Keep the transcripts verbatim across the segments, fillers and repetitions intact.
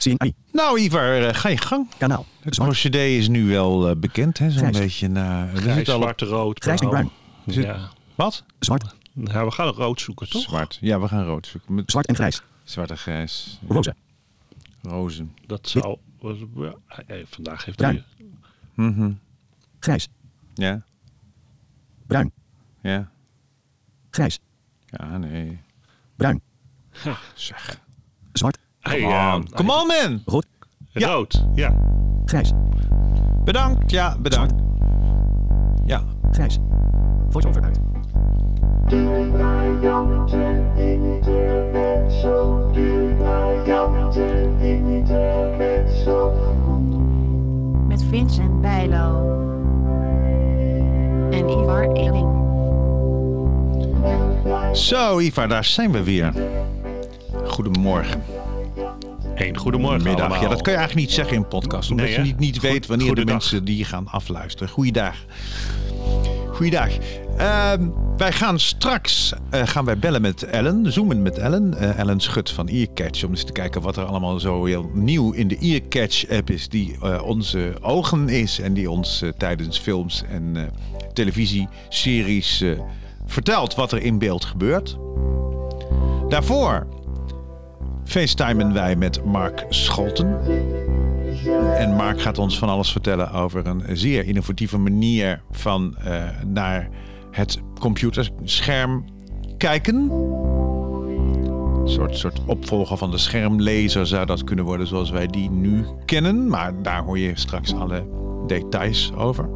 C N I. Nou, Ivar, uh, ga je gang. Kanaal. Het procedé is nu wel uh, bekend, hè? Zo'n Grijs. beetje naar... Uh, Grijs, zwart, rood. Grijs en bruin. Ja. Wat? Zwart. Ja, we gaan rood zoeken, toch? Zwart. Ja, we gaan rood zoeken. Met Zwart en grijs. zwart en grijs. Roze. Rozen. Dat zou... Was, ja, hey, vandaag heeft Bruin. hij... Mm-hmm. Grijs. Ja. Bruin. Ja. Grijs. Ja, nee. Bruin. Zeg. Zwart. Hey, Come uh, on. Come on, man. Rood. Ja. Rood, ja. Grijs. Bedankt. Ja, bedankt. Ja. Grijs. Voice-over uit. Met Vincent Bijlo en Ivar Eling. Zo, Ivar, daar zijn we weer. Goedemorgen. Eén goedemorgen Middag. allemaal. Ja, dat kun je eigenlijk niet zeggen in een podcast. Omdat Nee, je hè? niet, niet Goed- weet wanneer de goedendag. mensen die gaan afluisteren. Goeiedag. Goeiedag. Uh, wij gaan straks uh, gaan wij bellen met Ellen. Zoomen met Ellen. Uh, Ellen Schut van Earcatch. Om eens te kijken wat er allemaal zo heel nieuw in de Earcatch app is. Die uh, onze ogen is. En die ons uh, tijdens films en uh, televisieseries uh, vertelt wat er in beeld gebeurt. Daarvoor facetimen wij met Mark Scholten. En Mark gaat ons van alles vertellen over een zeer innovatieve manier van uh, naar het computerscherm kijken. Een soort, soort opvolger van de schermlezer zou dat kunnen worden zoals wij die nu kennen. Maar daar hoor je straks alle details over.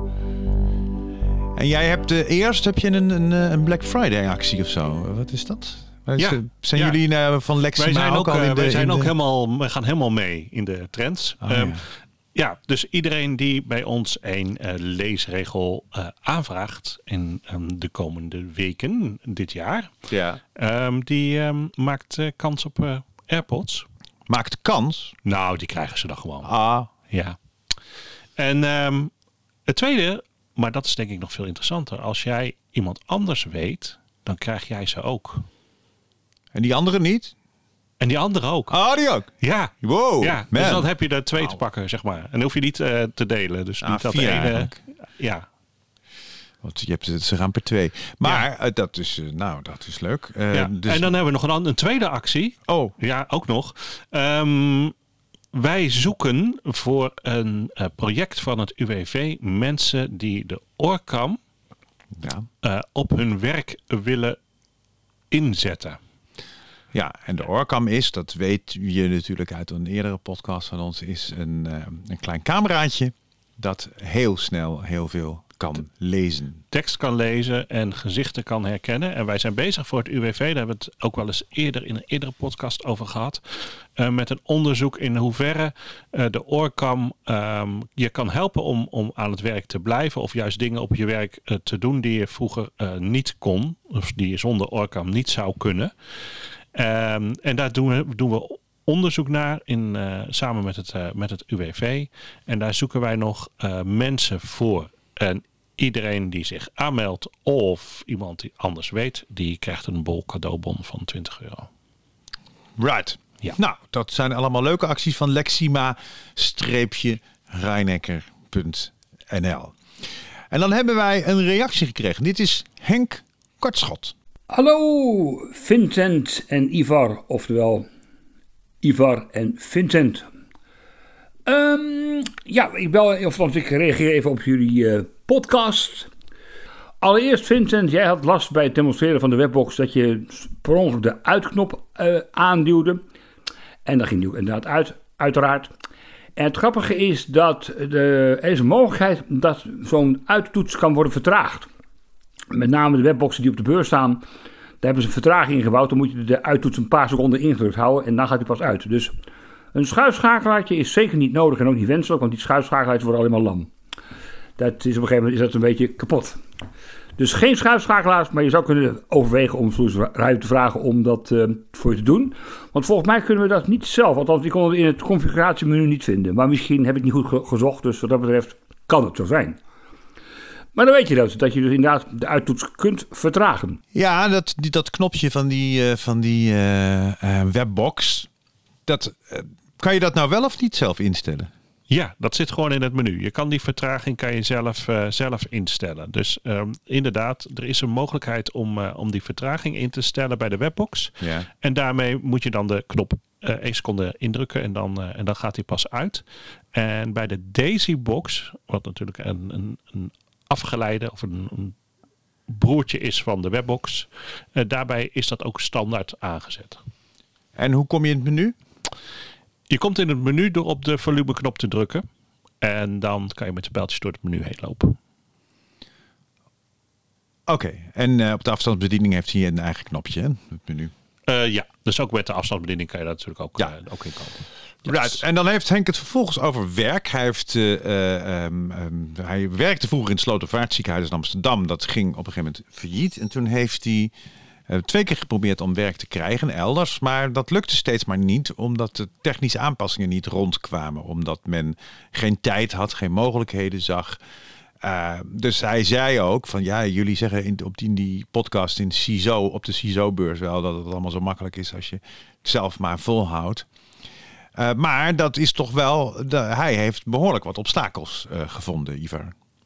En jij hebt uh, eerst heb je een, een, een Black Friday actie of zo. Wat is dat? Ja, zijn ja. jullie uh, van Lexima Wij zijn ook, ook al in de... wij zijn in ook de... helemaal, we gaan helemaal mee in de trends. Oh, um, ja. ja, dus iedereen die bij ons een uh, leesregel uh, aanvraagt in um, de komende weken dit jaar, Ja. um, die um, maakt uh, kans op uh, AirPods. Maakt kans. Nou, die krijgen ze dan gewoon. Ah, Ja. En um, het tweede, maar dat is denk ik nog veel interessanter. Als jij iemand anders weet, dan krijg jij ze ook. en die andere niet? En die andere ook. Ah, die ook. Ja. Wow, Ja, man. dus dan heb je er twee te pakken, zeg maar. En dan hoef je niet uh, te delen. Dus niet Ah, dat vier de ene... eigenlijk. Ja. Want je hebt het, ze gaan per twee. Maar ja. uh, dat is, uh, nou, dat is leuk. Uh, ja. dus... En dan hebben we nog een, een tweede actie. Oh, Ja, ook nog. Um, wij zoeken voor een uh, project van het U W V mensen die de oorkam ja. uh, op hun werk willen inzetten. Ja, en de oorkam is, dat weet je natuurlijk uit een eerdere podcast van ons, is een, uh, een klein cameraatje dat heel snel heel veel kan lezen. Tekst kan lezen en gezichten kan herkennen. En wij zijn bezig voor het U W V, daar hebben we het ook wel eens eerder in een eerdere podcast over gehad. Uh, met een onderzoek in hoeverre uh, de oorkam um, je kan helpen om, om aan het werk te blijven. Of juist dingen op je werk uh, te doen die je vroeger uh, niet kon. Of die je zonder oorkam niet zou kunnen. Um, en daar doen we, doen we onderzoek naar in, uh, samen met het, uh, met het U W V. En daar zoeken wij nog uh, mensen voor. En iedereen die zich aanmeldt of iemand die anders weet, die krijgt een bol cadeaubon van twintig euro. Right. Ja. Nou, dat zijn allemaal leuke acties van Lexima-Rijnecker punt n l. En dan hebben wij een reactie gekregen. Dit is Henk Kortschot. Hallo Vincent en Ivar, oftewel Ivar en Vincent. Um, ja, ik bel, of ik reageer even op jullie uh, podcast. Allereerst Vincent, jij had last bij het demonstreren van de webbox dat je per ongeluk de uitknop uh, aanduwde. En dat ging nu inderdaad uit, uiteraard. En het grappige is dat de, er is een mogelijkheid dat zo'n uittoets kan worden vertraagd. Met name de webboxen die op de beurs staan, daar hebben ze een vertraging ingebouwd. Dan moet je de uittoets een paar seconden ingedrukt houden en dan gaat hij pas uit. Dus een schuifschakelaartje is zeker niet nodig en ook niet wenselijk, want die schuifschakelaartjes worden alleen maar lam. Dat is op een gegeven moment is dat een beetje kapot. Dus geen schuifschakelaars, maar je zou kunnen overwegen om Source te vragen om dat uh, voor je te doen. Want volgens mij kunnen we dat niet zelf, althans ik kon het in het configuratiemenu niet vinden. Maar misschien heb ik niet goed ge- gezocht, dus wat dat betreft kan het zo zijn. Maar dan weet je dat, dat je dus inderdaad de uittoets kunt vertragen. Ja, dat, die, dat knopje van die, uh, van die uh, uh, webbox, dat uh, Kan je dat nou wel of niet zelf instellen? Ja, dat zit gewoon in het menu. Je kan die vertraging kan je zelf, uh, zelf instellen. Dus um, inderdaad, er is een mogelijkheid om, uh, om die vertraging in te stellen bij de webbox. Ja. En daarmee moet je dan de knop uh, één seconde indrukken en dan, uh, en dan gaat die pas uit. En bij de Daisybox, wat natuurlijk een, een, een afgeleide of een, een broertje is van de webbox, uh, daarbij is dat ook standaard aangezet. En hoe kom je in het menu? Je komt in het menu door op de volumeknop te drukken. En dan kan je met de pijltjes door het menu heen lopen. Oké, okay. en uh, op de afstandsbediening heeft hij een eigen knopje, hè? Het menu. Uh, ja, dus ook met de afstandsbediening kan je daar natuurlijk ook, ja. uh, ook in komen. Yes. Right. En dan heeft Henk het vervolgens over werk. Hij, heeft, uh, um, um, hij werkte vroeger in het Slotervaartziekenhuis in Amsterdam. Dat ging op een gegeven moment failliet. En toen heeft hij uh, twee keer geprobeerd om werk te krijgen elders. Maar dat lukte steeds maar niet, omdat de technische aanpassingen niet rondkwamen. Omdat men geen tijd had, geen mogelijkheden zag. Uh, dus hij zei ook van ja, jullie zeggen in, op die, in die podcast in C I S O, op de C I S O-beurs wel dat het allemaal zo makkelijk is als je het zelf maar volhoudt. Uh, maar dat is toch wel, de, hij heeft behoorlijk wat obstakels uh, gevonden, Ivar.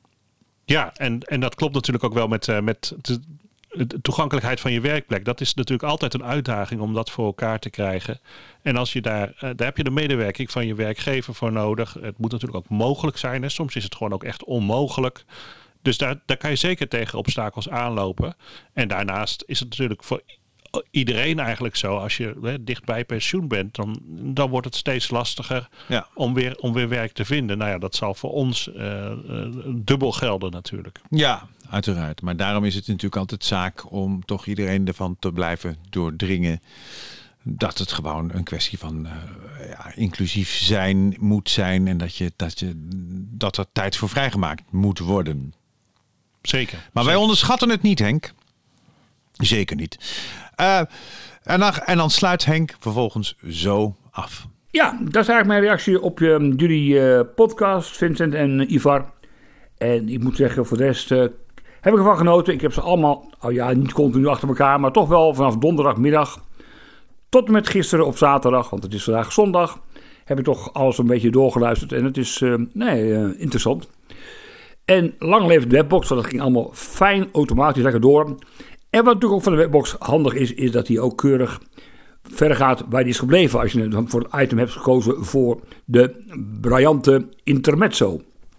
Ja, en, en dat klopt natuurlijk ook wel met, uh, met de, de toegankelijkheid van je werkplek. Dat is natuurlijk altijd een uitdaging om dat voor elkaar te krijgen. En als je daar, uh, daar heb je de medewerking van je werkgever voor nodig. Het moet natuurlijk ook mogelijk zijn. Hè. Soms is het gewoon ook echt onmogelijk. Dus daar, daar kan je zeker tegen obstakels aanlopen. En daarnaast is het natuurlijk voor iedereen eigenlijk zo. Als je hè, dichtbij pensioen bent, dan, dan wordt het steeds lastiger ja. om, weer, om weer werk te vinden. Nou ja, dat zal voor ons uh, uh, dubbel gelden natuurlijk. Ja, uiteraard. Maar daarom is het natuurlijk altijd zaak om toch iedereen ervan te blijven doordringen dat het gewoon een kwestie van uh, ja, inclusief zijn moet zijn en dat, je, dat, je, dat er tijd voor vrijgemaakt moet worden. Zeker. Maar zeker. wij onderschatten het niet, Henk. Zeker niet. Uh, en, dan, en dan sluit Henk vervolgens zo af. Ja, dat is eigenlijk mijn reactie op uh, jullie uh, podcast, Vincent en uh, Ivar. En ik moet zeggen, voor de rest uh, heb ik ervan genoten. Ik heb ze allemaal, oh ja, niet continu achter elkaar, maar toch wel vanaf donderdagmiddag tot en met gisteren op zaterdag, want het is vandaag zondag, heb ik toch alles een beetje doorgeluisterd. En het is, uh, nee, uh, interessant. En lang leeft de webbox, want dat ging allemaal fijn, automatisch lekker door. En wat natuurlijk ook van de webbox handig is, is dat hij ook keurig verder gaat waar hij is gebleven. Als je dan voor het item hebt gekozen voor de briljante intermezzo.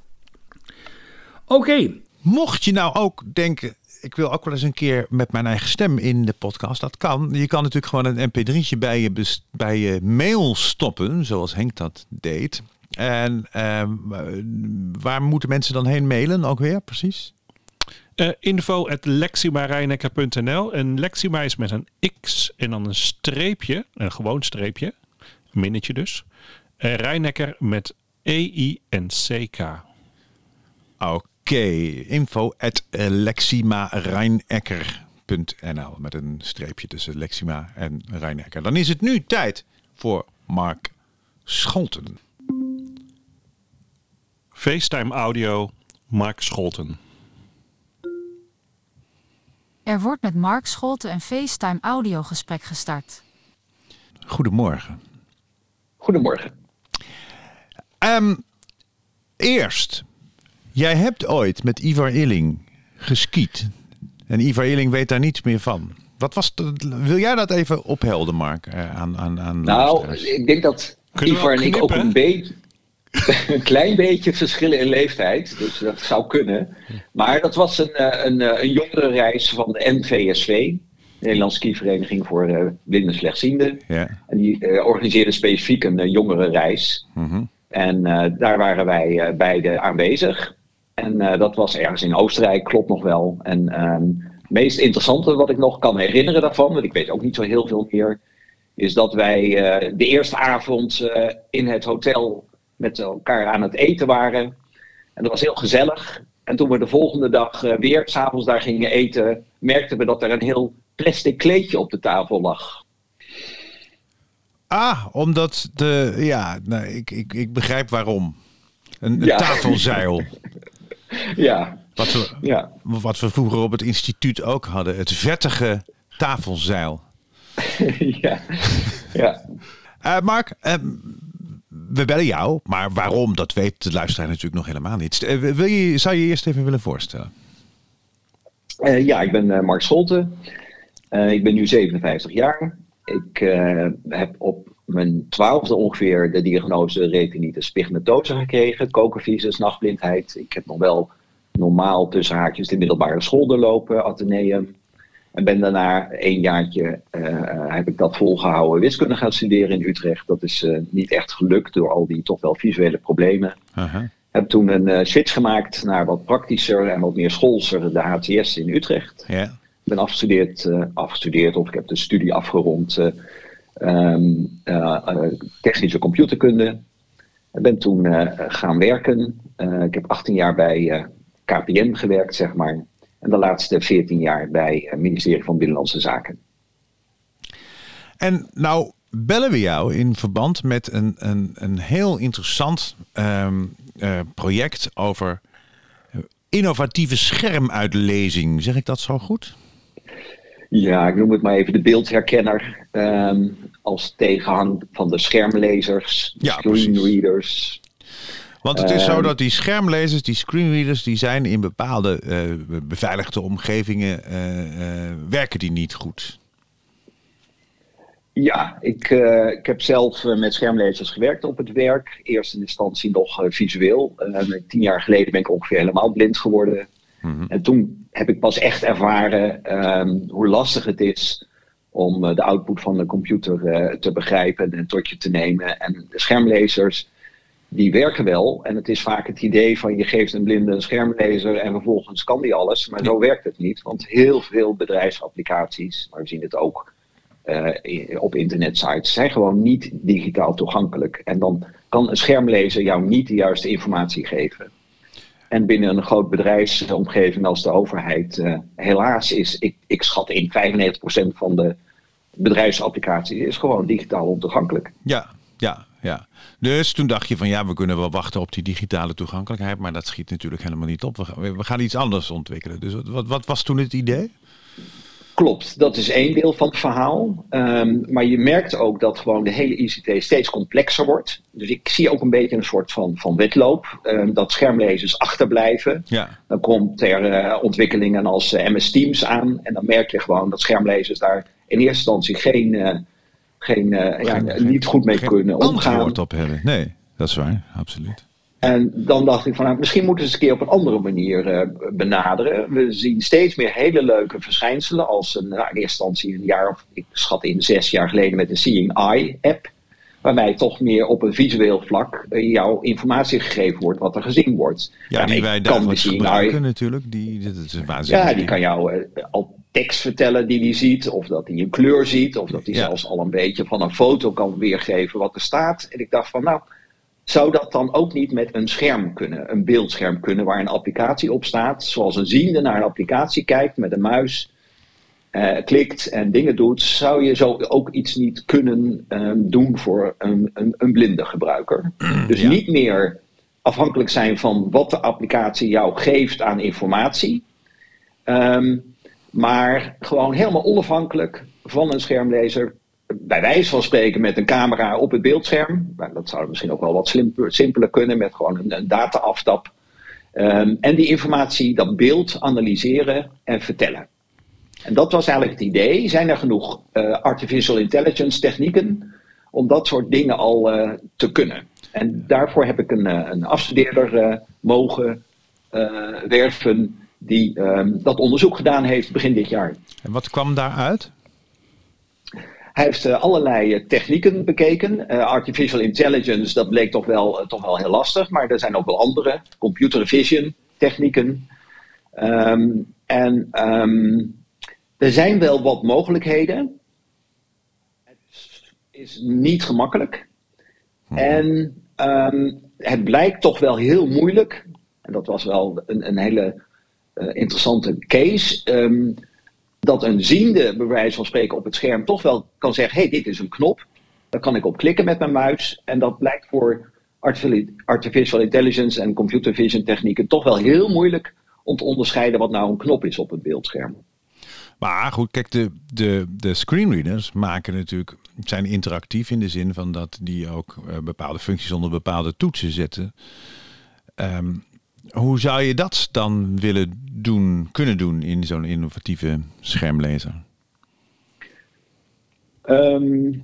Oké. Okay. Mocht je nou ook denken, ik wil ook wel eens een keer met mijn eigen stem in de podcast. Dat kan. Je kan natuurlijk gewoon een M P drietje bij je, best, bij je mail stoppen, zoals Henk dat deed. En uh, waar moeten mensen dan heen mailen ook weer, precies? Uh, info at leximarijnecker punt n l. En Lexima is met een X en dan een streepje, een gewoon streepje, een minnetje dus. Uh, Rijnecker met E I en C K. Oké, okay. Info at leximarijnecker punt n l met een streepje tussen Lexima en Rijnecker. Dan is het nu tijd voor Mark Scholten. FaceTime audio, Mark Scholten. Er wordt met Mark Scholten een FaceTime audiogesprek gestart. Goedemorgen. Goedemorgen. Um, eerst, jij hebt ooit met Ivar Illing geskiet. En Ivar Illing weet daar niets meer van. Wat was de, wil jij dat even ophelden, Mark? Aan, aan, aan nou, ik denk dat Kunnen Ivar en ik ook een beetje... een klein beetje verschillen in leeftijd, dus dat zou kunnen. Maar dat was een, een, een jongere reis van de N V S V, de Nederlandse Skivereniging voor uh, blinden en slechtzienden. Ja. En die uh, organiseerde specifiek een uh, jongere reis. Mm-hmm. En uh, daar waren wij uh, beide aanwezig. En uh, dat was ergens in Oostenrijk, klopt nog wel. En um, het meest interessante wat ik nog kan herinneren daarvan, want ik weet ook niet zo heel veel meer, is dat wij uh, de eerste avond uh, in het hotel met elkaar aan het eten waren. En dat was heel gezellig. En toen we de volgende dag uh, weer 's avonds daar gingen eten, merkten we dat er een heel plastic kleedje op de tafel lag. Ah, omdat de... Ja, nou, ik, ik, ik begrijp waarom. Een, een Ja. tafelzeil. Ja. Wat we, Ja. wat we vroeger op het instituut ook hadden. Het vettige tafelzeil. ja. ja. Uh, Mark, uh, we bellen jou, maar waarom, dat weet de luisteraar natuurlijk nog helemaal niet. Uh, wil je, zou je je eerst even willen voorstellen? Uh, ja, ik ben uh, Mark Scholten. Uh, ik ben nu zevenenvijftig jaar. Ik uh, heb op mijn twaalfde ongeveer de diagnose retinitis pigmentosa gekregen. Kokervisus, nachtblindheid. Ik heb nog wel normaal tussen haakjes de middelbare school doorlopen, Atheneum. En ben daarna een jaartje, uh, heb ik dat volgehouden, wiskunde gaan studeren in Utrecht. Dat is uh, niet echt gelukt door al die toch wel visuele problemen. Uh-huh. Heb toen een uh, switch gemaakt naar wat praktischer en wat meer schoolser, de H T S in Utrecht. Yeah. Ik ben afgestudeerd, uh, afgestudeerd of ik heb de studie afgerond, uh, um, uh, uh, technische computerkunde. Ik ben toen uh, gaan werken. Uh, ik heb achttien jaar bij uh, K P N gewerkt, zeg maar. En de laatste veertien jaar bij het ministerie van Binnenlandse Zaken. En nou bellen we jou in verband met een, een, een heel interessant um, uh, project over innovatieve schermuitlezing. Zeg ik dat zo goed? Ja, ik noem het maar even de beeldherkenner. Um, als tegenhang van de schermlezers, de ja, screenreaders. Want het is zo dat die schermlezers, die screenreaders, die zijn in bepaalde uh, beveiligde omgevingen, uh, uh, werken die niet goed. Ja, ik, uh, ik heb zelf uh, met schermlezers gewerkt op het werk. Eerst in instantie nog uh, visueel. Uh, tien jaar geleden ben ik ongeveer helemaal blind geworden. Mm-hmm. En toen heb ik pas echt ervaren um, hoe lastig het is om uh, de output van de computer uh, te begrijpen en tot je te nemen. En de schermlezers, die werken wel. En het is vaak het idee van je geeft een blinde een schermlezer en vervolgens kan die alles. Maar zo werkt het niet. Want heel veel bedrijfsapplicaties, maar we zien het ook uh, op internetsites, zijn gewoon niet digitaal toegankelijk. En dan kan een schermlezer jou niet de juiste informatie geven. En binnen een groot bedrijfsomgeving als de overheid, uh, helaas is, ik, ik schat in vijfennegentig procent van de bedrijfsapplicaties is gewoon digitaal ontoegankelijk. Ja, ja, ja. Dus toen dacht je van ja, we kunnen wel wachten op die digitale toegankelijkheid, maar dat schiet natuurlijk helemaal niet op. We gaan, we gaan iets anders ontwikkelen. Dus wat, wat was toen het idee? Klopt, dat is één deel van het verhaal. Um, maar je merkt ook dat gewoon de hele I C T steeds complexer wordt. Dus ik zie ook een beetje een soort van, van wedloop. Um, dat schermlezers achterblijven. Ja. Dan komt er uh, ontwikkelingen als uh, M S Teams aan. En dan merk je gewoon dat schermlezers daar in eerste instantie geen, uh, geen, uh, geen, ja, geen niet goed mee geen kunnen omgaan. Antwoord op hebben. Nee, dat is waar, absoluut. En dan dacht ik van nou, misschien moeten we het eens een keer op een andere manier uh, benaderen. We zien steeds meer hele leuke verschijnselen als een, nou, in eerste instantie een jaar of ik schat in zes jaar geleden met de Seeing Eye app. Waarbij toch meer op een visueel vlak uh, jouw informatie gegeven wordt wat er gezien wordt. Ja, ja die wij dagelijks gebruiken natuurlijk. Die, dit is een waanzinnig. Ja, die kan jou uh, al tekst vertellen die hij ziet. Of dat hij een kleur ziet. Of dat hij ja. zelfs al een beetje van een foto kan weergeven wat er staat. En ik dacht van nou, zou dat dan ook niet met een scherm kunnen, een beeldscherm kunnen, waar een applicatie op staat, zoals een ziende naar een applicatie kijkt met een muis, uh, klikt en dingen doet, zou je zo ook iets niet kunnen um, doen voor een, een, een blinde gebruiker. Dus ja. niet meer afhankelijk zijn van wat de applicatie jou geeft aan informatie, um, maar gewoon helemaal onafhankelijk van een schermlezer, bij wijze van spreken met een camera op het beeldscherm. Dat zou misschien ook wel wat slimper, simpeler kunnen met gewoon een, een data-aftap. Um, en die informatie, dat beeld, analyseren en vertellen. En dat was eigenlijk het idee. Zijn er genoeg uh, artificial intelligence technieken om dat soort dingen al uh, te kunnen? En daarvoor heb ik een, een afstudeerder uh, mogen uh, werven die um, dat onderzoek gedaan heeft begin dit jaar. En wat kwam daaruit? Hij heeft uh, allerlei uh, technieken bekeken. Uh, artificial intelligence, dat bleek toch wel, uh, toch wel heel lastig. Maar er zijn ook wel andere. Computer vision technieken. Um, en um, er zijn wel wat mogelijkheden. Het is niet gemakkelijk. Hmm. En um, het blijkt toch wel heel moeilijk. En dat was wel een, een hele uh, interessante case. Um, dat een ziende, bij wijze van spreken op het scherm, toch wel kan zeggen, hé, hey, dit is een knop. Daar kan ik op klikken met mijn muis. En dat blijkt voor artificial intelligence en computer vision technieken toch wel heel moeilijk om te onderscheiden wat nou een knop is op het beeldscherm. Maar goed, kijk, de, de, de screenreaders maken natuurlijk zijn interactief in de zin van dat die ook uh, bepaalde functies onder bepaalde toetsen zetten. Um, hoe zou je dat dan willen doen, kunnen doen in zo'n innovatieve schermlezer? Um,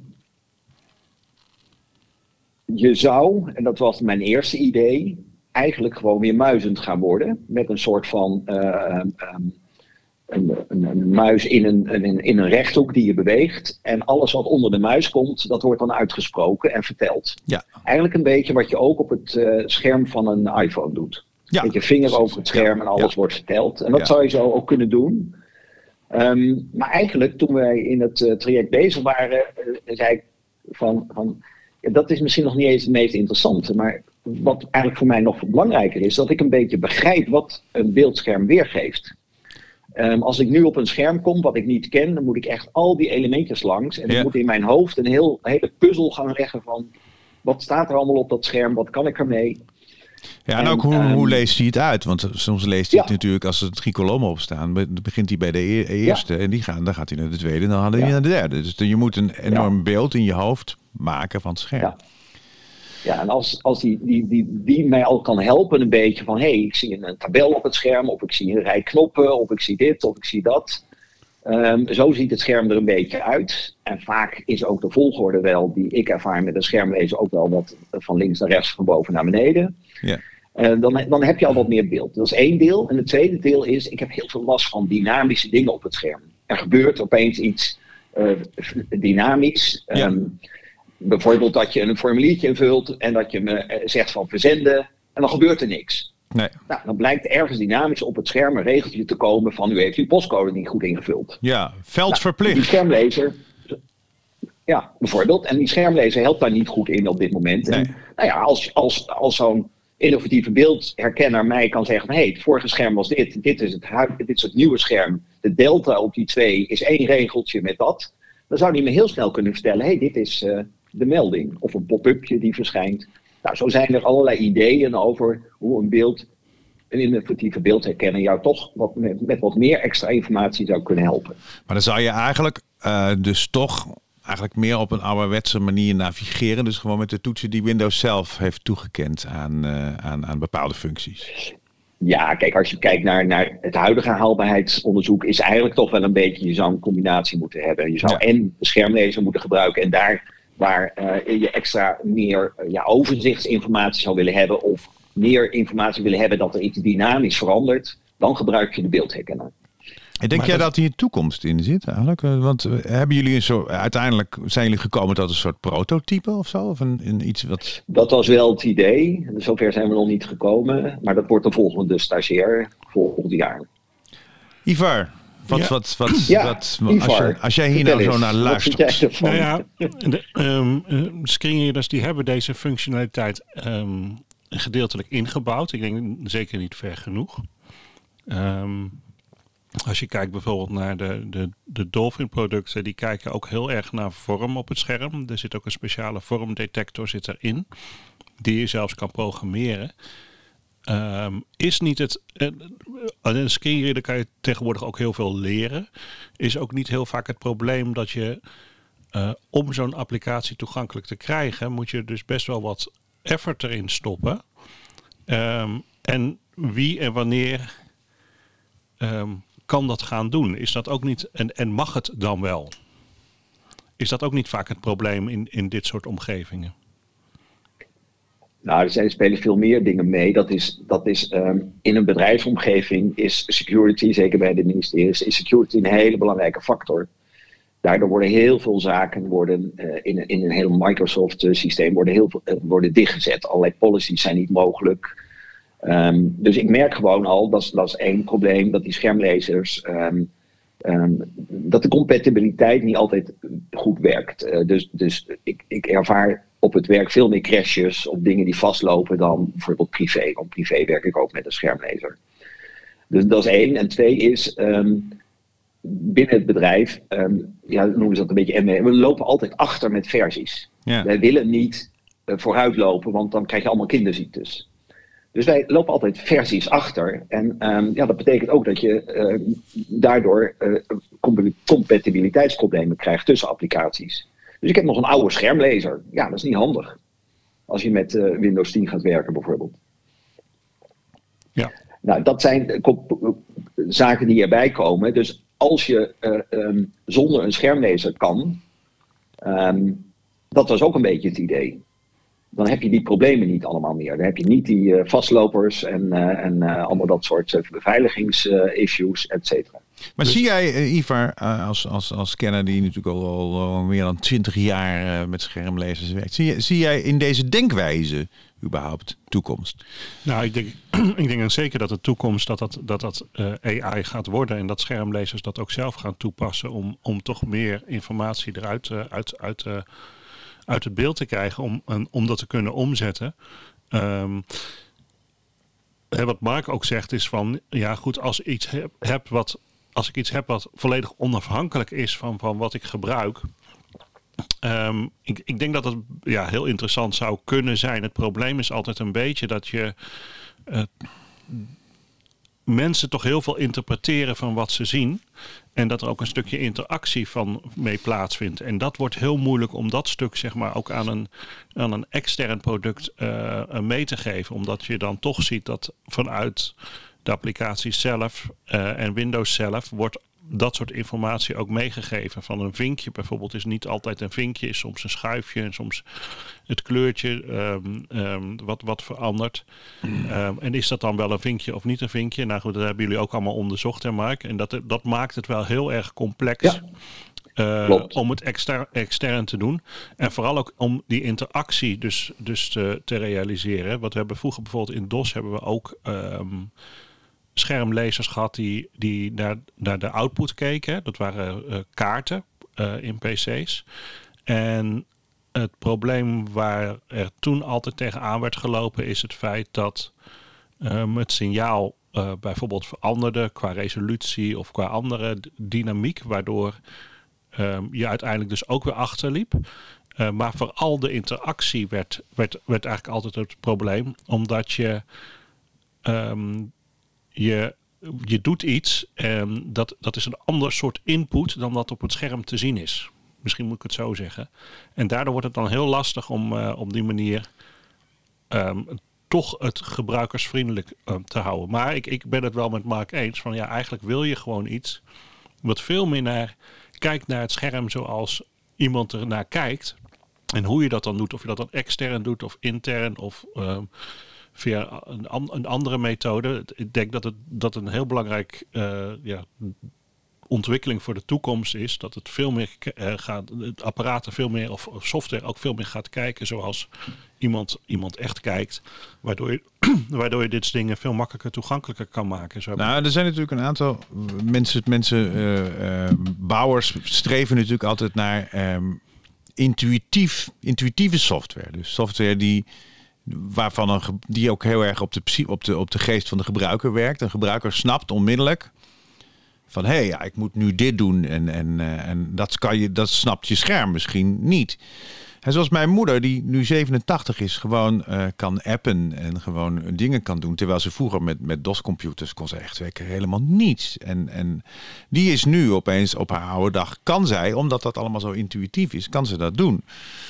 je zou, en dat was mijn eerste idee, eigenlijk gewoon weer muizend gaan worden. Met een soort van uh, um, een, een, een muis in een, een, in een rechthoek die je beweegt. En alles wat onder de muis komt, dat wordt dan uitgesproken en verteld. Ja. Eigenlijk een beetje wat je ook op het uh, scherm van een iPhone doet. Ja. Met je vinger over het scherm ja. en alles ja. wordt verteld. En dat ja. zou je zo ook kunnen doen. Um, maar eigenlijk, toen wij in het uh, traject bezig waren, uh, zei ik van, van ja, dat is misschien nog niet eens het meest interessante. Maar wat eigenlijk voor mij nog belangrijker is, dat ik een beetje begrijp wat een beeldscherm weergeeft. Um, als ik nu op een scherm kom wat ik niet ken, dan moet ik echt al die elementjes langs. En ja. ik moet in mijn hoofd een heel, hele puzzel gaan leggen van, wat staat er allemaal op dat scherm, wat kan ik ermee? Ja, en, en ook hoe, um, hoe leest hij het uit? Want soms leest hij ja. het natuurlijk, als er drie kolommen op staan, begint hij bij de e- eerste ja. en die gaan, dan gaat hij naar de tweede en dan gaat hij ja. naar de derde. Dus je moet een enorm ja. beeld in je hoofd maken van het scherm. Ja, ja en als, als die, die, die, die mij al kan helpen een beetje van, hé, hey, ik zie een tabel op het scherm, of ik zie een rij knoppen, of ik zie dit, of ik zie dat. Um, zo ziet het scherm er een beetje uit. En vaak is ook de volgorde wel, die ik ervaar met een schermlezer, ook wel wat van links naar rechts, van boven naar beneden. Ja. Uh, dan, dan heb je al wat meer beeld. Dat is één deel. En het tweede deel is, ik heb heel veel last van dynamische dingen op het scherm. Er gebeurt opeens iets uh, dynamisch. Ja. Um, bijvoorbeeld dat je een formuliertje invult en dat je me uh, zegt van verzenden. En dan gebeurt er niks. Nee. Nou, dan blijkt ergens dynamisch op het scherm een regeltje te komen van, u heeft uw postcode niet goed ingevuld. Ja, veldverplicht. Nou, die schermlezer, ja, bijvoorbeeld. En die schermlezer helpt daar niet goed in op dit moment. Nee. En, nou ja, als, als, als zo'n innovatieve beeldherkenner mij kan zeggen van, hé, hey, het vorige scherm was dit, dit is, het hu- dit is het nieuwe scherm. De delta op die twee is één regeltje met dat. Dan zou die me heel snel kunnen vertellen, hé, hey, dit is uh, de melding. Of een pop-upje die verschijnt. Nou, zo zijn er allerlei ideeën over hoe een beeld, een innovatieve beeldherkenner jou toch wat met, met wat meer extra informatie zou kunnen helpen. Maar dan zou je eigenlijk uh, dus toch eigenlijk meer op een ouderwetse manier navigeren. Dus gewoon met de toetsen die Windows zelf heeft toegekend aan, uh, aan, aan bepaalde functies. Ja, kijk, als je kijkt naar, naar het huidige haalbaarheidsonderzoek, is eigenlijk toch wel een beetje, je zou een combinatie moeten hebben. Je zou ja. en de schermlezer moeten gebruiken en daar waar uh, je extra meer uh, ja, overzichtsinformatie zou willen hebben of meer informatie willen hebben dat er iets dynamisch verandert, dan gebruik je de beeldherkenner. En denk maar jij dat, dat hier toekomst in zit eigenlijk? Want uh, hebben jullie zo uiteindelijk zijn jullie gekomen tot een soort prototype of zo? Of een, een iets wat... Dat was wel het idee. Zover zijn we nog niet gekomen. Maar dat wordt de volgende stagiair volgend jaar. Ivar, wat, ja. wat, wat, ja, wat, wat Ivar, als, je, als jij hier nou zo naar luistert. Nou ja, de um, uh, screenreaders die hebben deze functionaliteit um, gedeeltelijk ingebouwd. Ik denk zeker niet ver genoeg. Um, Als je kijkt bijvoorbeeld naar de, de, de Dolphin producten, die kijken ook heel erg naar vorm op het scherm. Er zit ook een speciale vormdetector zit erin, die je zelfs kan programmeren. Um, is niet het... Uh, een screenreader kan je tegenwoordig ook heel veel leren. Is ook niet heel vaak het probleem dat je, uh, om zo'n applicatie toegankelijk te krijgen, moet je dus best wel wat effort erin stoppen. Um, en wie en wanneer Um, kan dat gaan doen? Is dat ook niet, en, en mag het dan wel? Is dat ook niet vaak het probleem in, in dit soort omgevingen? Nou, er zijn, spelen veel meer dingen mee. Dat is, dat is um, in een bedrijfsomgeving is security, zeker bij de ministeries, is security een hele belangrijke factor. Daardoor worden heel veel zaken worden, uh, in, in een heel Microsoft systeem worden, heel veel, uh, worden dichtgezet. Allerlei policies zijn niet mogelijk. Um, dus ik merk gewoon al, dat is, dat is één probleem, dat die schermlezers, um, um, dat de compatibiliteit niet altijd goed werkt. Uh, dus dus ik, ik ervaar op het werk veel meer crashes of dingen die vastlopen dan bijvoorbeeld privé. Want privé werk ik ook met een schermlezer. Dus dat is één. En twee is, um, binnen het bedrijf, um, ja, noemen ze dat een beetje, we lopen altijd achter met versies. Ja. Wij willen niet uh, vooruitlopen, want dan krijg je allemaal kinderziektes. Dus wij lopen altijd versies achter. En um, ja, dat betekent ook dat je uh, daardoor uh, compatibiliteitsproblemen krijgt tussen applicaties. Dus ik heb nog een oude schermlezer. Ja, dat is niet handig. Als je met uh, Windows tien gaat werken bijvoorbeeld. Ja. Nou, dat zijn uh, kop- uh, zaken die erbij komen. Dus als je uh, um, zonder een schermlezer kan, um, dat was ook een beetje het idee. Dan heb je die problemen niet allemaal meer. Dan heb je niet die uh, vastlopers en, uh, en uh, allemaal dat soort uh, beveiligingsissues, uh, et cetera. Maar dus, zie jij, uh, Ivar, uh, als, als, als kenner die natuurlijk al, al, al meer dan twintig jaar uh, met schermlezers werkt, zie, zie jij in deze denkwijze überhaupt toekomst? Nou, ik denk, ik denk dan zeker dat de toekomst dat dat, dat, dat uh, A I gaat worden en dat schermlezers dat ook zelf gaan toepassen om, om toch meer informatie eruit uh, uit, uit, uh, uit het beeld te krijgen, om, um, om dat te kunnen omzetten. Um, wat Mark ook zegt is van, ja goed, als ik iets heb, heb wat, als ik iets heb wat volledig onafhankelijk is van, van wat ik gebruik. Um, ik, ik denk dat het ja, heel interessant zou kunnen zijn. Het probleem is altijd een beetje dat je uh, mensen toch heel veel interpreteren van wat ze zien. En dat er ook een stukje interactie van mee plaatsvindt. En dat wordt heel moeilijk om dat stuk zeg maar ook aan een, aan een extern product uh, mee te geven. Omdat je dan toch ziet dat vanuit de applicatie zelf uh, en Windows zelf wordt dat soort informatie ook meegegeven. Van een vinkje bijvoorbeeld is niet altijd een vinkje, is soms een schuifje en soms het kleurtje um, um, wat, wat verandert. Mm. Um, en is dat dan wel een vinkje of niet een vinkje? Nou goed, dat hebben jullie ook allemaal onderzocht, hè Mark? En dat, dat maakt het wel heel erg complex. Ja. Uh, om het exter, extern te doen. En vooral ook om die interactie dus, dus te, te realiseren. Wat we hebben vroeger bijvoorbeeld in DOS hebben we ook Um, schermlezers gehad die, die naar, naar de output keken. Dat waren uh, kaarten uh, in P C's. En het probleem waar er toen altijd tegenaan werd gelopen is het feit dat um, het signaal uh, bijvoorbeeld veranderde qua resolutie of qua andere d- dynamiek, waardoor um, je uiteindelijk dus ook weer achterliep. Uh, maar vooral de interactie werd, werd, werd eigenlijk altijd het probleem, omdat je Um, Je, je doet iets en dat, dat is een ander soort input dan dat op het scherm te zien is. Misschien moet ik het zo zeggen. En daardoor wordt het dan heel lastig om uh, op die manier um, toch het gebruikersvriendelijk um, te houden. Maar ik, ik ben het wel met Mark eens van ja, eigenlijk wil je gewoon iets wat veel meer naar kijkt naar het scherm zoals iemand er naar kijkt. En hoe je dat dan doet, of je dat dan extern doet of intern of Um, via een, een andere methode. Ik denk dat het dat een heel belangrijk uh, ja, ontwikkeling voor de toekomst is. Dat het veel meer uh, gaat, het apparaten veel meer of software ook veel meer gaat kijken zoals iemand, iemand echt kijkt. Waardoor je, waardoor je dit soort dingen veel makkelijker toegankelijker kan maken. Zo nou, er zijn natuurlijk een aantal mensen, mensen uh, uh, bouwers streven natuurlijk altijd naar um, intuïtief, intuïtieve software. Dus software die waarvan een, die ook heel erg op de, op, de, op de geest van de gebruiker werkt. Een gebruiker snapt onmiddellijk van hé, hey, ja, ik moet nu dit doen en, en, uh, en dat, kan je, dat snapt je scherm misschien niet. En zoals mijn moeder, die nu zevenentachtig is, gewoon uh, kan appen en gewoon dingen kan doen. Terwijl ze vroeger met, met DOS-computers kon ze echt werken helemaal niets. En, en die is nu opeens op haar oude dag, kan zij, omdat dat allemaal zo intuïtief is, kan ze dat doen.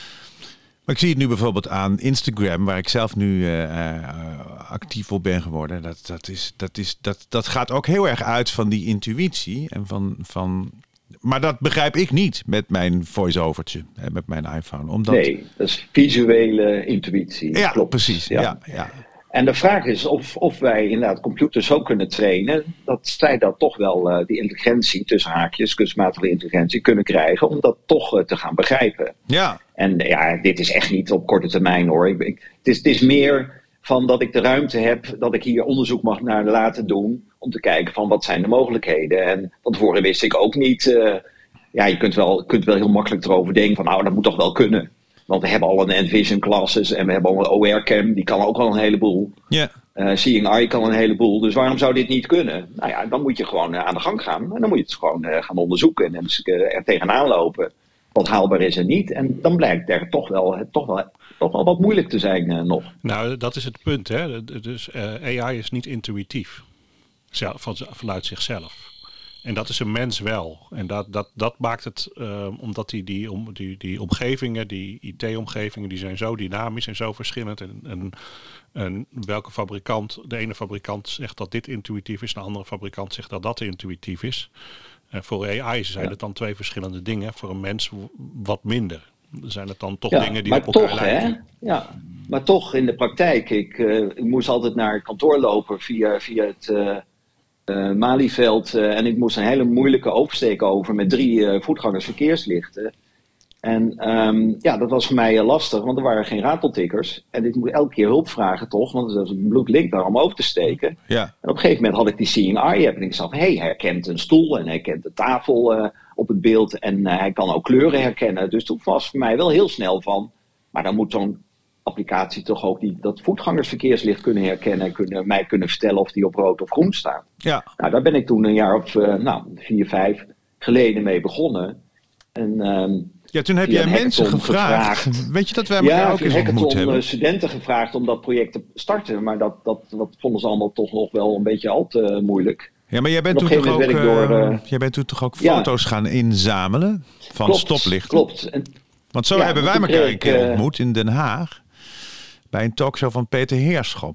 Maar ik zie het nu bijvoorbeeld aan Instagram, waar ik zelf nu uh, uh, actief op ben geworden. Dat, dat, is, dat, is, dat, dat gaat ook heel erg uit van die intuïtie. En van, van, maar dat begrijp ik niet met mijn voice-overtje, hè, met mijn iPhone. Omdat... Nee, dat is visuele intuïtie. Ja, klopt. precies. Ja. Ja, ja. En de vraag is of, of wij inderdaad computers zo kunnen trainen dat zij dat toch wel uh, die intelligentie tussen haakjes, kunstmatige intelligentie, kunnen krijgen om dat toch uh, te gaan begrijpen. Ja. En ja, dit is echt niet op korte termijn hoor. Ik, ik, het, is, het is meer van dat ik de ruimte heb, dat ik hier onderzoek mag naar laten doen om te kijken van wat zijn de mogelijkheden. En van tevoren wist ik ook niet, uh, ja je kunt wel, kunt wel heel makkelijk erover denken van nou dat moet toch wel kunnen. Want we hebben al een Envision classes en we hebben al een O R-cam, die kan ook al een heleboel. Ja. Uh, Seeing Eye kan een heleboel, dus waarom zou dit niet kunnen? Nou ja, dan moet je gewoon uh, aan de gang gaan. En dan moet je het gewoon uh, gaan onderzoeken en dus, uh, er tegenaan lopen. Wat haalbaar is en niet. En dan blijkt er toch wel, toch wel, toch wel wat moeilijk te zijn uh, nog. Nou, dat is het punt. Hè? Dus uh, A I is niet intuïtief. Zelf, van, vanuit zichzelf. En dat is een mens wel. En dat, dat, dat maakt het, uh, omdat die, die, om, die, die omgevingen, die I T-omgevingen, die zijn zo dynamisch en zo verschillend. En, en, en welke fabrikant, de ene fabrikant zegt dat dit intuïtief is, de andere fabrikant zegt dat dat intuïtief is. Uh, voor A I zijn ja. het dan twee verschillende dingen. Voor een mens wat minder. Zijn het dan toch ja, dingen die maar op elkaar toch, lijken? Hè? Ja, maar toch in de praktijk. Ik, uh, ik moest altijd naar het kantoor lopen via, via het uh, uh, Malieveld. Uh, en ik moest een hele moeilijke oversteek over met drie uh, voetgangersverkeerslichten. En um, ja, dat was voor mij uh, lastig, want er waren geen rateltikkers. En ik moest elke keer hulp vragen toch, want dat is een bloedlink daar om over te steken. Ja. En op een gegeven moment had ik die Seeing Eye app en ik zag, hé, hey, hij herkent een stoel en hij herkent de tafel uh, op het beeld en uh, hij kan ook kleuren herkennen. Dus toen was voor mij wel heel snel van, maar dan moet zo'n applicatie toch ook die, dat voetgangersverkeerslicht kunnen herkennen en kunnen, mij kunnen vertellen of die op rood of groen staat. Ja. Nou, daar ben ik toen een jaar of uh, nou, vier, vijf geleden mee begonnen. En um, Ja, toen heb via je een mensen hackathon gevraagd. gevraagd. Weet je dat wij elkaar ja, ook via eens ontmoet hackathon hebben? uh, studenten gevraagd om dat project te starten. Maar dat, dat, dat vonden ze allemaal toch nog wel een beetje al te uh, moeilijk. Ja, maar jij bent, op toen een toch, ook, gegeven moment werd ik door, uh, uh, jij bent toen toch ook ja. foto's gaan inzamelen van klopt, stoplichten? Klopt. En, Want zo ja, hebben wij toen elkaar kreeg een ik, keer uh, ontmoet in Den Haag. Bij een talkshow van Peter Heerschop.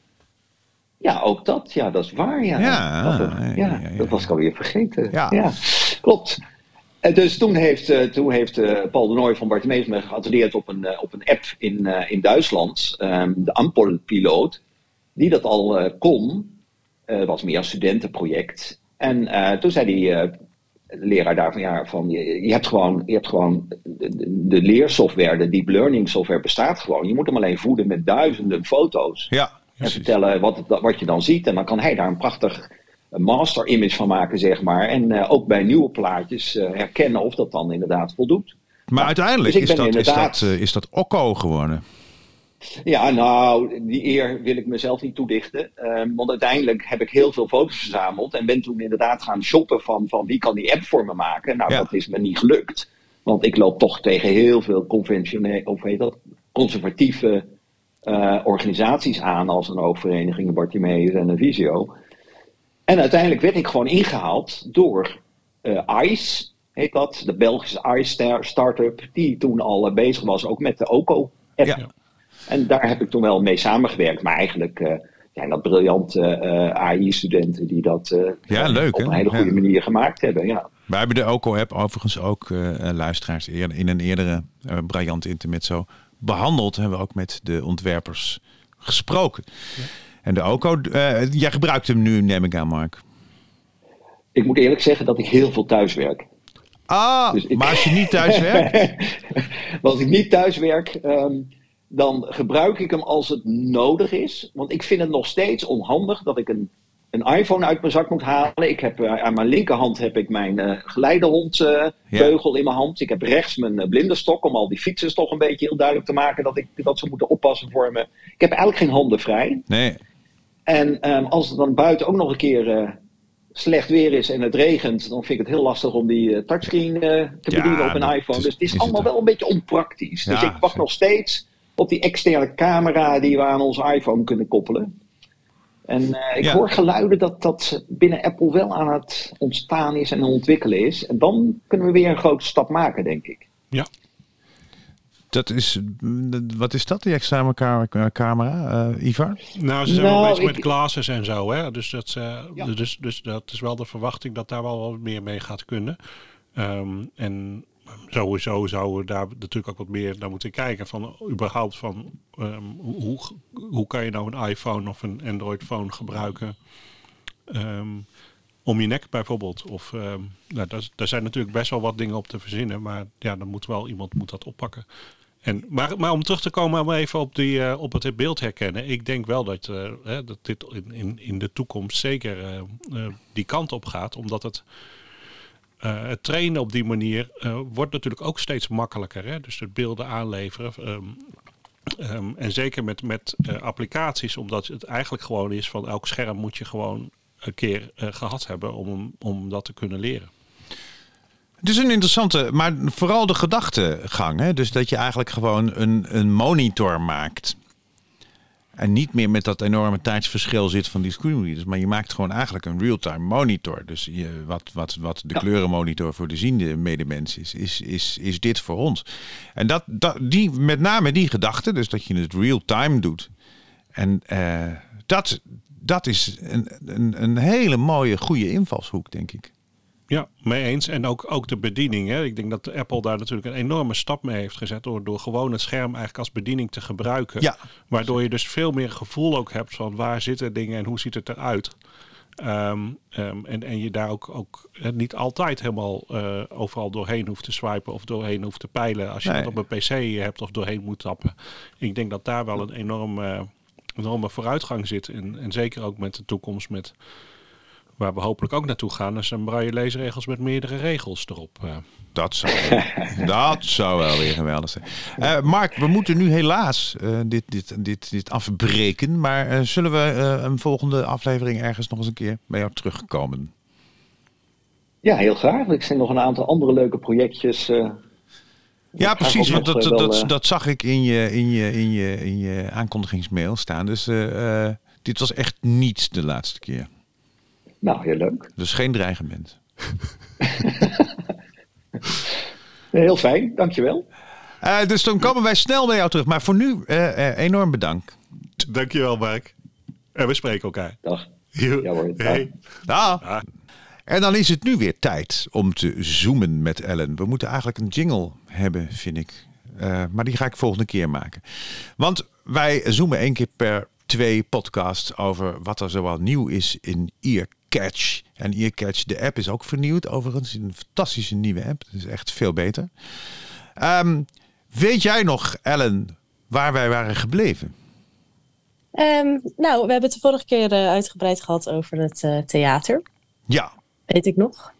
ja, ook dat. Ja, dat is waar. Ja, Ja, dat, ja, ja, ja, ja. dat was ik alweer vergeten. Ja. Ja, klopt. En dus toen heeft, uh, toen heeft uh, Paul de Nooy van Bartimeus me geattendeerd op een, uh, op een app in, uh, in Duitsland. Um, de Ampel-piloot. Die dat al uh, kon. Het uh, was meer een studentenproject. En uh, toen zei die uh, leraar daar van, ja, van je, je hebt gewoon, je hebt gewoon de, de leersoftware, de deep learning software bestaat gewoon. Je moet hem alleen voeden met duizenden foto's. Ja, En precies. vertellen wat, het, wat je dan ziet. En dan kan hij daar een prachtig master image van maken, zeg maar. En uh, ook bij nieuwe plaatjes uh, herkennen of dat dan inderdaad voldoet. Maar Ja, uiteindelijk dus ik is, ben dat, is, inderdaad- dat, uh, is dat Okko geworden. Ja, nou, die eer wil ik mezelf niet toedichten. Um, want uiteindelijk heb ik heel veel foto's verzameld. En ben toen inderdaad gaan shoppen van, van wie kan die app voor me maken. Nou, Ja. dat is me niet gelukt. Want ik loop toch tegen heel veel conventionele, of heet dat, conservatieve uh, organisaties aan. Als een oogvereniging, Bartimeus en een Visio. En uiteindelijk werd ik gewoon ingehaald door uh, ICE, heet dat. De Belgische ICE-start-up. Die toen al uh, bezig was ook met de Okko-app. Ja. En daar heb ik toen wel mee samengewerkt. Maar eigenlijk uh, zijn dat briljante uh, A I-studenten die dat uh, Ja, leuk, op hè? een hele goede Ja. manier gemaakt hebben. Ja. Wij hebben de Okko-app overigens ook, uh, luisteraars, eerder, in een eerdere uh, briljante intermezzo behandeld. Hebben we ook met de ontwerpers gesproken. Ja. En de Okko, uh, jij gebruikt hem nu, neem ik aan, Mark. Ik moet eerlijk zeggen dat ik heel veel thuiswerk. Ah, Dus ik- maar als je niet thuis werkt? Maar als ik niet thuis werk, um, dan gebruik ik hem als het nodig is. Want ik vind het nog steeds onhandig dat ik een, een iPhone uit mijn zak moet halen. Ik heb, uh, aan mijn linkerhand heb ik mijn uh, geleidehondbeugel uh, in mijn hand. Ik heb rechts mijn uh, blinderstok om al die fietsers toch een beetje heel duidelijk te maken dat, ik, dat ze moeten oppassen voor me. Ik heb eigenlijk geen handen vrij. Nee. En um, als het dan buiten ook nog een keer uh, slecht weer is en het regent, dan vind ik het heel lastig om die uh, touchscreen uh, te Ja, bedienen op een dat iPhone. is- Dus het is, is allemaal het ook. wel een beetje onpraktisch. Dus Ja, ik wacht zeker. nog steeds op die externe camera die we aan onze iPhone kunnen koppelen. En uh, ik Ja. hoor geluiden dat dat binnen Apple wel aan het ontstaan is en ontwikkelen is. En dan kunnen we weer een grote stap maken, denk ik. Ja. Dat is, wat is dat, die externe ka- camera, uh, Ivar? Nou, ze zijn Nou, wel bezig ik- met glasses en zo. Hè? Dus, dat, uh, Ja. dus, dus dat is wel de verwachting dat daar wel wat meer mee gaat kunnen. Um, en sowieso zouden we daar natuurlijk ook wat meer naar moeten kijken. Van überhaupt van um, hoe, hoe kan je nou een iPhone of een Android-phone gebruiken um, om je nek bijvoorbeeld. Of, um, nou, daar, daar zijn natuurlijk best wel wat dingen op te verzinnen. Maar ja, dan moet wel iemand moet dat oppakken. En, maar, maar om terug te komen om even op, die, uh, op het beeld herkennen. Ik denk wel dat, uh, hè, dat dit in, in, in de toekomst zeker uh, uh, die kant op gaat. Omdat het, uh, het trainen op die manier uh, wordt natuurlijk ook steeds makkelijker. Hè? Dus het beelden aanleveren. Um, um, en zeker met, met uh, applicaties. Omdat het eigenlijk gewoon is van elk scherm moet je gewoon een keer uh, gehad hebben om, om dat te kunnen leren. Het is een interessante, maar vooral de gedachtegang. Hè? Dus dat je eigenlijk gewoon een, een monitor maakt. En niet meer met dat enorme tijdsverschil zit van die screenreaders. Maar je maakt gewoon eigenlijk een real-time monitor. Dus je, wat, wat, wat de Ja. kleurenmonitor voor de ziende medemens is, is, is, is dit voor ons. En dat, dat, die, met name die gedachte, dus dat je het real-time doet. En uh, dat, dat is een, een, een hele mooie, goede invalshoek, denk ik. Ja, mee eens. En ook, ook de bediening. Hè. Ik denk dat Apple daar natuurlijk een enorme stap mee heeft gezet. Door, door gewoon het scherm eigenlijk als bediening te gebruiken. Ja. Waardoor je dus veel meer gevoel ook hebt van waar zitten dingen en hoe ziet het eruit. Um, um, en, en je daar ook, ook niet altijd helemaal uh, overal doorheen hoeft te swipen of doorheen hoeft te peilen. Als je Nee. dat op een pc hebt of doorheen moet tappen. Ik denk dat daar wel een enorme, enorme vooruitgang zit. En, en zeker ook met de toekomst met... Waar we hopelijk ook naartoe gaan, is een braille leesregels met meerdere regels erop. Uh. Dat zou, dat zou wel weer geweldig zijn. Uh, Mark, we moeten nu helaas uh, dit, dit, dit, dit afbreken. Maar uh, zullen we uh, een volgende aflevering ergens nog eens een keer bij jou terugkomen? Ja, heel graag. Ik zijn nog een aantal andere leuke projectjes. Uh, ja, precies. Want dat, nog, dat, uh, dat, wel, uh, dat zag ik in je, in je, in je, in je aankondigingsmail staan. Dus uh, uh, dit was echt niet de laatste keer. Nou, heel leuk. Dus geen dreigement. Heel fijn, dankjewel. Uh, dus dan komen wij snel bij jou terug. Maar voor nu uh, uh, enorm bedankt. Dankjewel, Mark. En we spreken elkaar. Dag. Jo. Ja hoor. Hey. Nou. Ah. En dan is het nu weer tijd om te zoomen met Ellen. We moeten eigenlijk een jingle hebben, vind ik. Uh, maar die ga ik volgende keer maken. Want wij zoomen één keer per twee podcasts over wat er zoal nieuw is in Earcatch. En Earcatch, de app, is ook vernieuwd overigens. Een fantastische nieuwe app. Dat is echt veel beter. Um, weet jij nog, Ellen, waar wij waren gebleven? Um, nou, we hebben het de vorige keer uh, uitgebreid gehad over het uh, theater. Ja. Weet ik nog.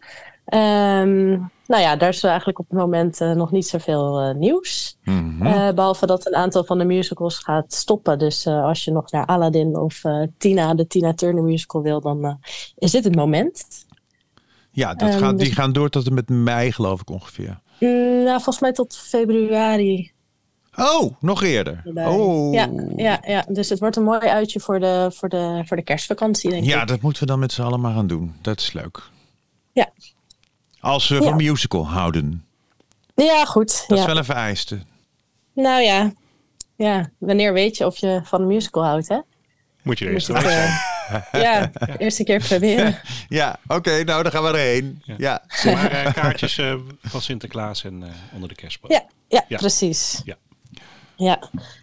Um, nou ja, daar is eigenlijk op het moment uh, nog niet zoveel uh, nieuws. Mm-hmm. Uh, behalve dat een aantal van de musicals gaat stoppen. Dus uh, als je nog naar Aladdin of uh, Tina, de Tina Turner musical wil, dan uh, is dit het moment. Ja, dat um, gaat, die dus... gaan door tot en met mei, geloof ik ongeveer. Mm, nou, volgens mij tot februari. Oh, nog eerder. Oh. Ja, ja, ja, dus het wordt een mooi uitje voor de, voor de, voor de kerstvakantie, denk ja, ik. Ja, ik. dat moeten we dan met z'n allen maar gaan doen. Dat is leuk. Ja. Als we ja. van musical houden. Ja, goed. Dat ja. is wel een vereiste. Nou ja. ja, wanneer weet je of je van een musical houdt, hè? Moet je er eerst Moet geweest het, zijn. uh, ja, ja, eerst een keer proberen. Ja, oké, okay, nou dan gaan we erheen. Ja. Ja. Maar uh, kaartjes uh, van Sinterklaas en uh, onder de kerstboom. Ja, ja, ja. precies. Ja. Ja.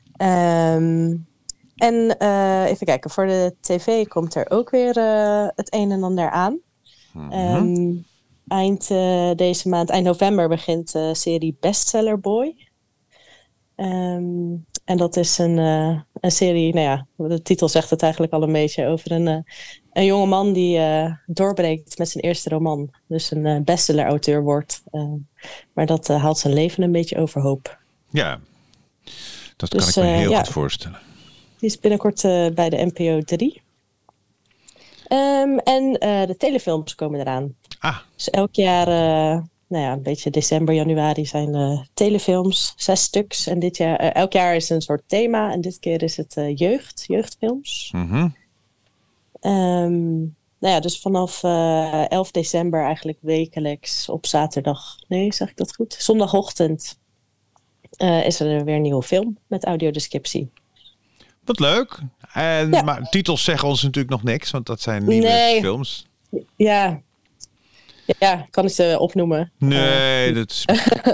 Um, en uh, even kijken, voor de tv komt er ook weer uh, het een en ander aan. Mm-hmm. Um, eind uh, deze maand, eind november, begint de serie Bestseller Boy. Um, en dat is een, uh, een serie, nou ja, de titel zegt het eigenlijk al een beetje, over een, uh, een jonge man die uh, doorbreekt met zijn eerste roman. Dus een uh, bestseller-auteur wordt. Uh, maar dat uh, haalt zijn leven een beetje overhoop. Ja, dat dus, kan ik me heel uh, goed ja, voorstellen. Die is binnenkort uh, bij de N P O drie. Um, en uh, de telefilms komen eraan. Ah. Dus elk jaar, uh, nou ja, een beetje december, januari zijn uh, telefilms, zes stuks. En dit jaar, uh, elk jaar is een soort thema. En dit keer is het uh, jeugd, jeugdfilms. Mm-hmm. Um, nou ja, dus vanaf uh, elf december eigenlijk wekelijks op zaterdag. Nee, zeg ik dat goed? Zondagochtend uh, is er weer een nieuwe film met audiodescriptie. Wat leuk. En, ja. Maar titels zeggen ons natuurlijk nog niks, want dat zijn nieuwe nee. films. Ja. Ja, kan ik ze opnoemen? Nee, uh, dat is...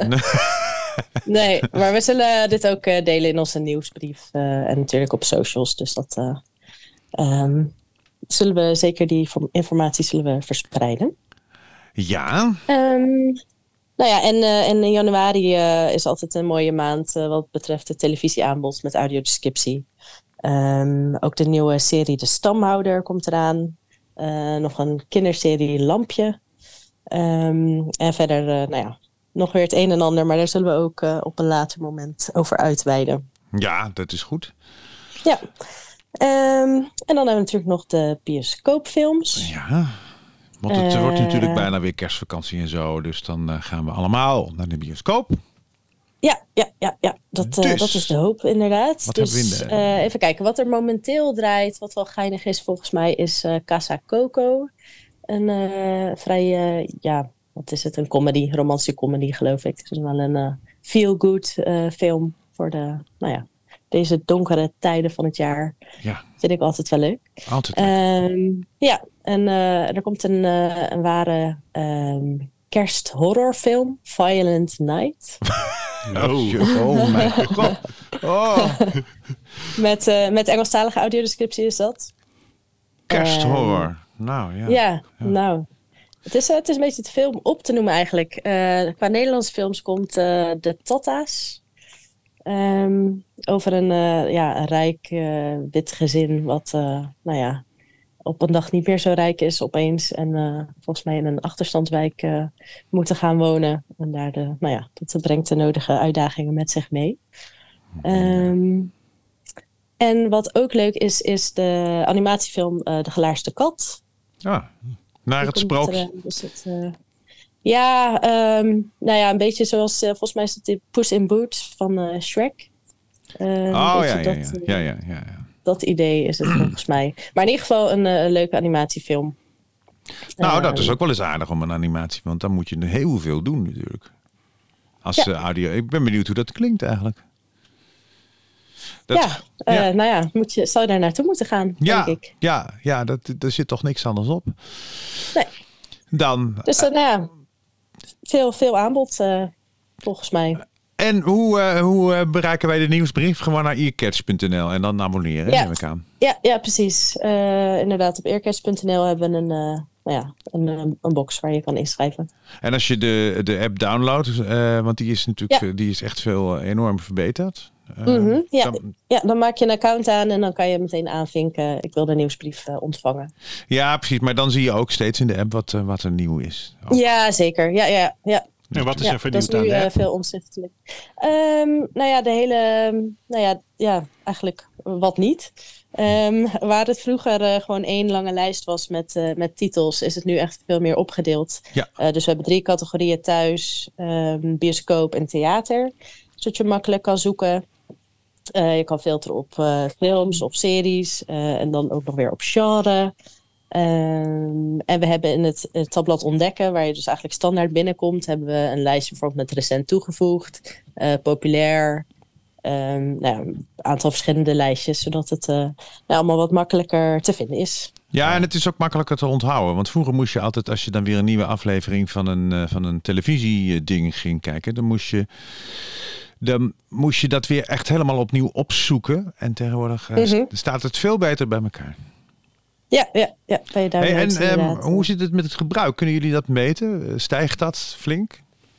nee, maar we zullen dit ook uh, delen in onze nieuwsbrief. Uh, en natuurlijk op socials. Dus dat uh, um, zullen we zeker die informatie zullen we verspreiden. Ja. Um, nou ja, en, uh, en in januari uh, is altijd een mooie maand uh, wat betreft het televisieaanbod met audiodescriptie. Um, ook de nieuwe serie De Stamhouder komt eraan. Uh, nog een kinderserie Lampje. Um, en verder, uh, nou ja, nog weer het een en ander. Maar daar zullen we ook uh, op een later moment over uitweiden. Ja, dat is goed. Ja. Um, en dan hebben we natuurlijk nog de bioscoopfilms. Ja, want het uh, wordt natuurlijk uh, bijna weer kerstvakantie en zo. Dus dan uh, gaan we allemaal naar de bioscoop. Ja, ja, ja, ja. Dat, uh, Dus, dat is de hoop, inderdaad. wat Dus hebben we in de- uh, even kijken. Wat er momenteel draait, wat wel geinig is volgens mij, is uh, Casa Coco. Een uh, vrij, uh, ja, wat is het? Een comedy, romantische comedy, geloof ik. Het is wel een uh, feel-good uh, film voor de, nou ja, deze donkere tijden van het jaar. Ja, Vind ik altijd wel leuk. altijd leuk. Um, ja, en uh, er komt een, uh, een ware um, kersthorrorfilm, Violent Night. Oh, oh mijn god. Oh, met, uh, met Engelstalige audiodescriptie is dat. kersthorror. Um, nou ja. ja, ja, nou. Het is, uh, het is een beetje te veel om op te noemen eigenlijk. Uh, qua Nederlandse films komt uh, De Tatta's. Um, over een, uh, ja, een rijk uh, wit gezin wat uh, nou ja, op een dag niet meer zo rijk is opeens. En uh, volgens mij in een achterstandswijk uh, moeten gaan wonen. En daar de, nou ja, dat brengt de nodige uitdagingen met zich mee. Um, en wat ook leuk is, is de animatiefilm uh, De Gelaarste Kat. Ah, naar het sprookje. Er, dus het, uh, ja, um, nou ja, een beetje zoals, uh, volgens mij is het die Puss in Boots van uh, Shrek. Uh, oh ja, ja, dat, ja. Uh, ja, ja, ja, ja. Dat idee is het volgens mij. Maar in ieder geval een, uh, een leuke animatiefilm. Nou, uh, dat is ook wel eens aardig om een animatie, want dan moet je heel veel doen natuurlijk. Als ja. uh, audio. Ik ben benieuwd hoe dat klinkt eigenlijk. Dat, ja, uh, ja, nou ja, moet je, zou je daar naartoe moeten gaan, ja, denk ik. Ja, ja dat, daar zit toch niks anders op. Nee. Dan. Dus uh, nou ja, veel, veel aanbod uh, volgens mij. En hoe, uh, hoe uh, bereiken wij de nieuwsbrief? Gewoon naar earcatch punt n l en dan abonneren, ja. neem ik aan. Ja, ja, precies. Uh, inderdaad, op earcatch punt n l hebben we een, uh, nou ja, een, een box waar je kan inschrijven. En als je de, de app downloadt, uh, want die is natuurlijk ja. die is echt veel uh, enorm verbeterd. Uh, mm-hmm, ja. Dan, ja, dan maak je een account aan en dan kan je meteen aanvinken. Ik wil de nieuwsbrief uh, ontvangen. Ja, precies. Maar dan zie je ook steeds in de app wat, uh, wat er nieuw is. Ook. Ja, zeker. Ja, ja, ja. En wat is ja, er vernieuwd dat is nu, aan de uh, app? veel omzichtelijk. Um, nou ja, de hele... Um, nou ja, ja, eigenlijk wat niet. Um, waar het vroeger uh, gewoon één lange lijst was met, uh, met titels, is het nu echt veel meer opgedeeld. Ja. Uh, dus we hebben drie categorieën thuis, um, bioscoop en theater. Zodat je makkelijk kan zoeken. Uh, je kan filteren op uh, films of series. Uh, en dan ook nog weer op genre. Um, en we hebben in het, het tabblad ontdekken, waar je dus eigenlijk standaard binnenkomt, hebben we een lijstje bijvoorbeeld met recent toegevoegd, uh, populair, um, nou ja, een aantal verschillende lijstjes, zodat het uh, nou, allemaal wat makkelijker te vinden is. Ja, en het is ook makkelijker te onthouden. Want vroeger moest je altijd, als je dan weer een nieuwe aflevering van een, uh, van een televisieding ging kijken, dan moest je, dan moest je dat weer echt helemaal opnieuw opzoeken. En tegenwoordig uh, mm-hmm. staat het veel beter bij elkaar. Ja, ja, ja. Ben je daar hey, en um, hoe zit het met het gebruik? Kunnen jullie dat meten? Stijgt dat flink?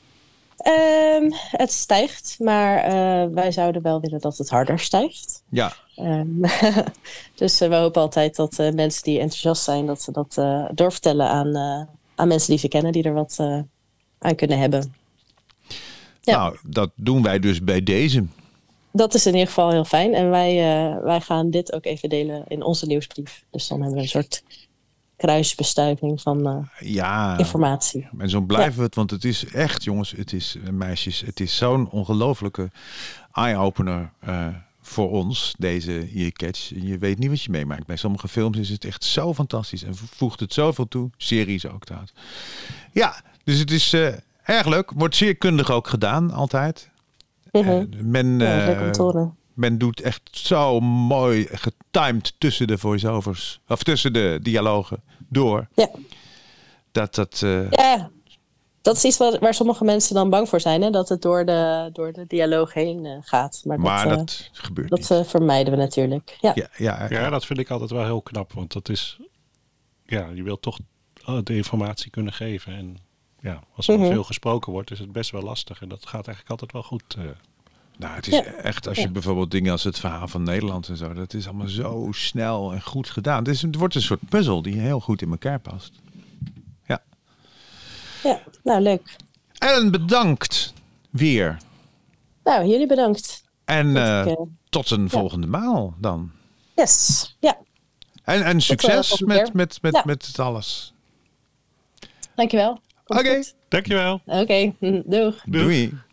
Um, het stijgt, maar uh, wij zouden wel willen dat het harder stijgt. Ja. Um, dus uh, we hopen altijd dat uh, mensen die enthousiast zijn, dat ze dat uh, doorvertellen aan, uh, aan mensen die ze kennen, die er wat uh, aan kunnen hebben. Ja. Nou, dat doen wij dus bij deze. Dat is in ieder geval heel fijn. En wij, uh, wij gaan dit ook even delen in onze nieuwsbrief. Dus dan hebben we een soort kruisbestuiving van uh, ja, informatie. En zo blijven ja. we het, want het is echt, jongens, het is, meisjes, het is zo'n ongelofelijke eye-opener uh, voor ons, deze earcatch. Je weet niet wat je meemaakt. Bij sommige films is het echt zo fantastisch en voegt het zoveel toe. Series ook trouwens. Ja, dus het is uh, erg leuk. Wordt zeer kundig ook gedaan, altijd. Mm-hmm. Uh, men, ja, uh, men doet echt zo mooi getimed tussen de voice-overs, of tussen de dialogen door. Ja. Dat dat. Uh... Ja, dat is iets wat, waar sommige mensen dan bang voor zijn, hè? Dat het door de, door de dialoog heen uh, gaat. Maar, maar dat, dat uh, gebeurt dat niet. Dat uh, vermijden we natuurlijk. Ja. Ja, ja, ja, dat vind ik altijd wel heel knap, want dat is, ja, je wilt toch de informatie kunnen geven en. Ja, als er mm-hmm. veel gesproken wordt, is het best wel lastig. En dat gaat eigenlijk altijd wel goed. Uh. Nou, het is ja. echt, als je ja. bijvoorbeeld dingen als het verhaal van Nederland en zo, dat is allemaal zo snel en goed gedaan. Het, is, het wordt een soort puzzel die heel goed in elkaar past. Ja. Ja, nou leuk. Ellen, bedankt weer. Nou, jullie bedankt. En uh, ik, uh, tot een ja. volgende maal dan. Yes, ja. En, en succes uh, met, met, met, ja. met het alles. Dankjewel. Oké. Okay. Dankjewel. Oké, okay. Doeg. Doei. Doei.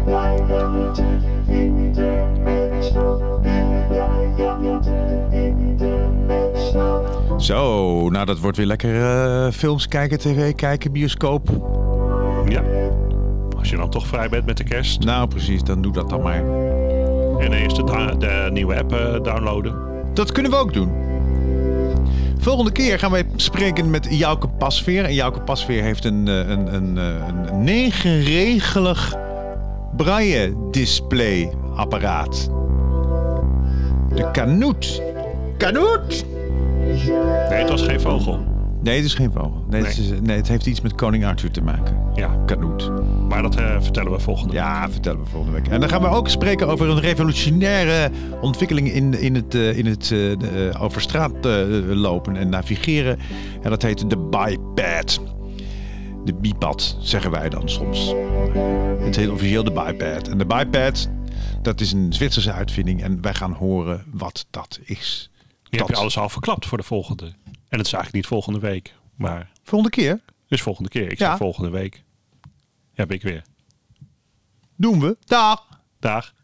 Zo, nou dat wordt weer lekker uh, films kijken, tv kijken, bioscoop. Ja. Als je dan toch vrij bent met de kerst. Nou precies, dan doe dat dan maar. En eerst de, da- de nieuwe app uh, downloaden. Dat kunnen we ook doen. Volgende keer gaan wij spreken met Jouke Pasveer. En Jouke Pasveer heeft een, een, een, een negenregelig braille-display apparaat. De Kanoet. Kanoet! Nee, het was geen vogel. Nee, het is geen vogel. Nee, Nee. Het, is, nee het heeft iets met koning Arthur te maken. Ja, Kanoet. maar dat uh, vertellen we volgende week. Ja, vertellen we volgende week. En dan gaan we ook spreken over een revolutionaire ontwikkeling in, in het, uh, in het uh, de, uh, over straat uh, lopen en navigeren. En dat heet de biped. De bipad, zeggen wij dan soms. Het heet officieel de biped. En de biped, dat is een Zwitserse uitvinding. En wij gaan horen wat dat is. Je dat. hebt je alles al verklapt voor de volgende. En het is eigenlijk niet volgende week. Maar Volgende keer dus volgende keer. Ik Ja. zeg volgende week. Heb ik weer. doen we. Dag! Dag.